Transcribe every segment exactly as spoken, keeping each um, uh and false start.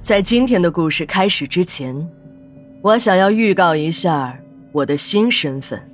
在今天的故事开始之前，我想要预告一下我的新身份。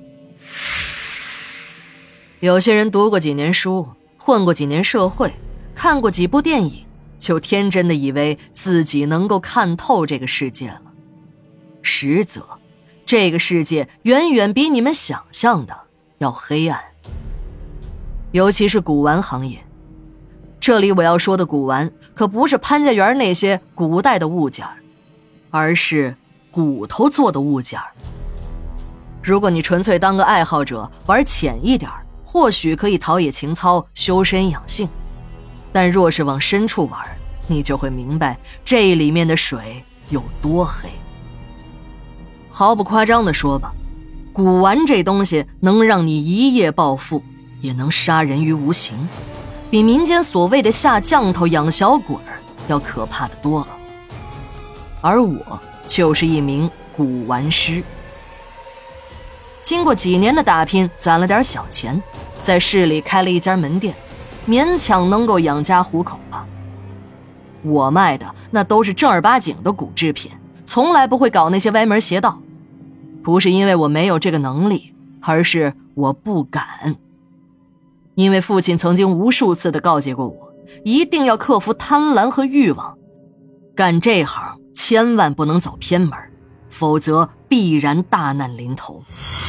有些人读过几年书，混过几年社会，看过几部电影，就天真的以为自己能够看透这个世界了。实则，这个世界远远比你们想象的要黑暗。尤其是古玩行业。这里我要说的古玩可不是潘家园那些古代的物件，而是骨头做的物件。如果你纯粹当个爱好者，玩浅一点，或许可以陶冶情操，修身养性。但若是往深处玩，你就会明白这里面的水有多黑。毫不夸张地说吧，古玩这东西能让你一夜暴富，也能杀人于无形，比民间所谓的下降头养小鬼要可怕的多了。而我就是一名古玩师。经过几年的打拼，攒了点小钱，在市里开了一家门店，勉强能够养家糊口吧。我卖的那都是正儿八经的古制品，从来不会搞那些歪门邪道。不是因为我没有这个能力，而是我不敢。因为父亲曾经无数次地告诫过我，一定要克服贪婪和欲望，干这行千万不能走偏门，否则必然大难临头。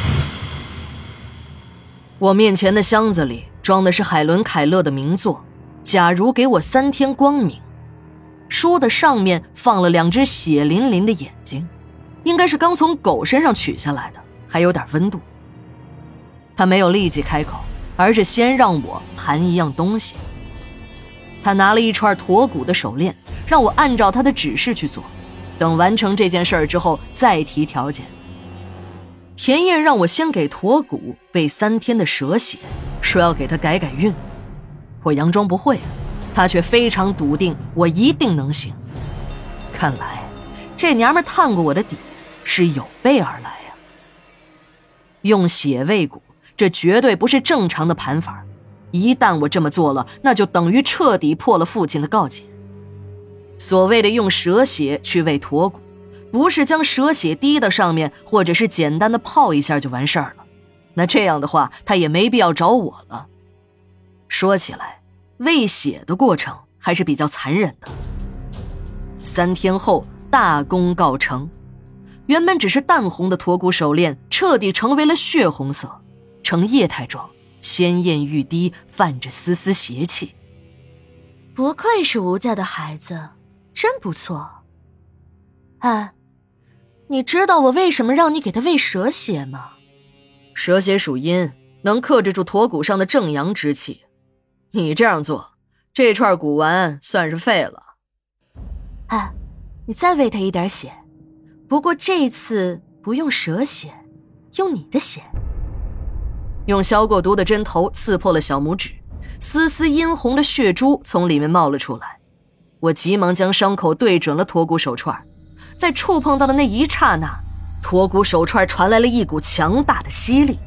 我面前的箱子里装的是海伦·凯勒的名作《假如给我三天光明》，书的上面放了两只血淋淋的眼睛，应该是刚从狗身上取下来的，还有点温度。他没有立即开口，而是先让我盘一样东西。他拿了一串驼骨的手链，让我按照他的指示去做，等完成这件事之后再提条件。田燕让我先给驼骨喂三天的蛇血，说要给他改改运。我佯装不会，他却非常笃定我一定能行。看来这娘们探过我的底，是有备而来呀。用血喂骨，这绝对不是正常的盘法，一旦我这么做了，那就等于彻底破了父亲的告诫。所谓的用蛇血去喂驼骨，不是将蛇血滴到上面，或者是简单的泡一下就完事儿了。那这样的话，他也没必要找我了。说起来，喂血的过程还是比较残忍的。三天后，大功告成，原本只是淡红的驼骨手链，彻底成为了血红色，呈液态状，鲜艳欲滴，泛着丝丝邪气。 不愧是吴家的孩子，真不错。哎，你知道我为什么让你给他喂蛇血吗？ 蛇血属阴，能克制住驼骨上的正阳之气。你这样做，这串古玩算是废了。 哎，你再喂他一点血，不过这次不用蛇血，用你的血。 用消过毒的针头刺破了小拇指，丝丝殷红的血珠从里面冒了出来。我急忙将伤口对准了驼骨手串，在触碰到的那一刹那，驼骨手串传来了一股强大的吸力。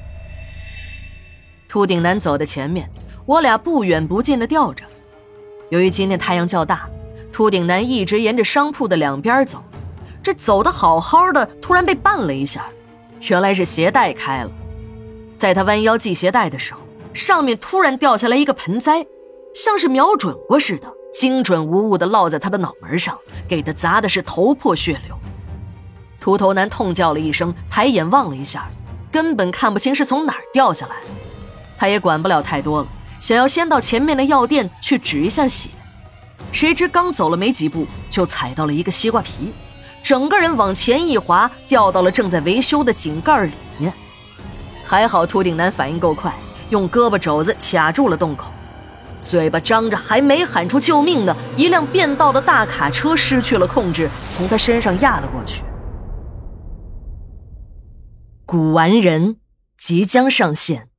秃顶男走在前面，我俩不远不近地吊着。由于今天太阳较大，秃顶男一直沿着商铺的两边走，这走得好好的，突然被绊了一下，原来是鞋带开了。在他弯腰系鞋带的时候，上面突然掉下来一个盆栽，像是瞄准过似的，精准无误地落在他的脑门上，给他砸的是头破血流。秃头男痛叫了一声，抬眼望了一下，根本看不清是从哪儿掉下来。他也管不了太多了，想要先到前面的药店去止一下血，谁知刚走了没几步，就踩到了一个西瓜皮，整个人往前一滑，掉到了正在维修的井盖里面。还好秃顶男反应够快，用胳膊肘子卡住了洞口，嘴巴张着，还没喊出救命呢，一辆变道的大卡车失去了控制，从他身上压了过去。古玩人即将上线。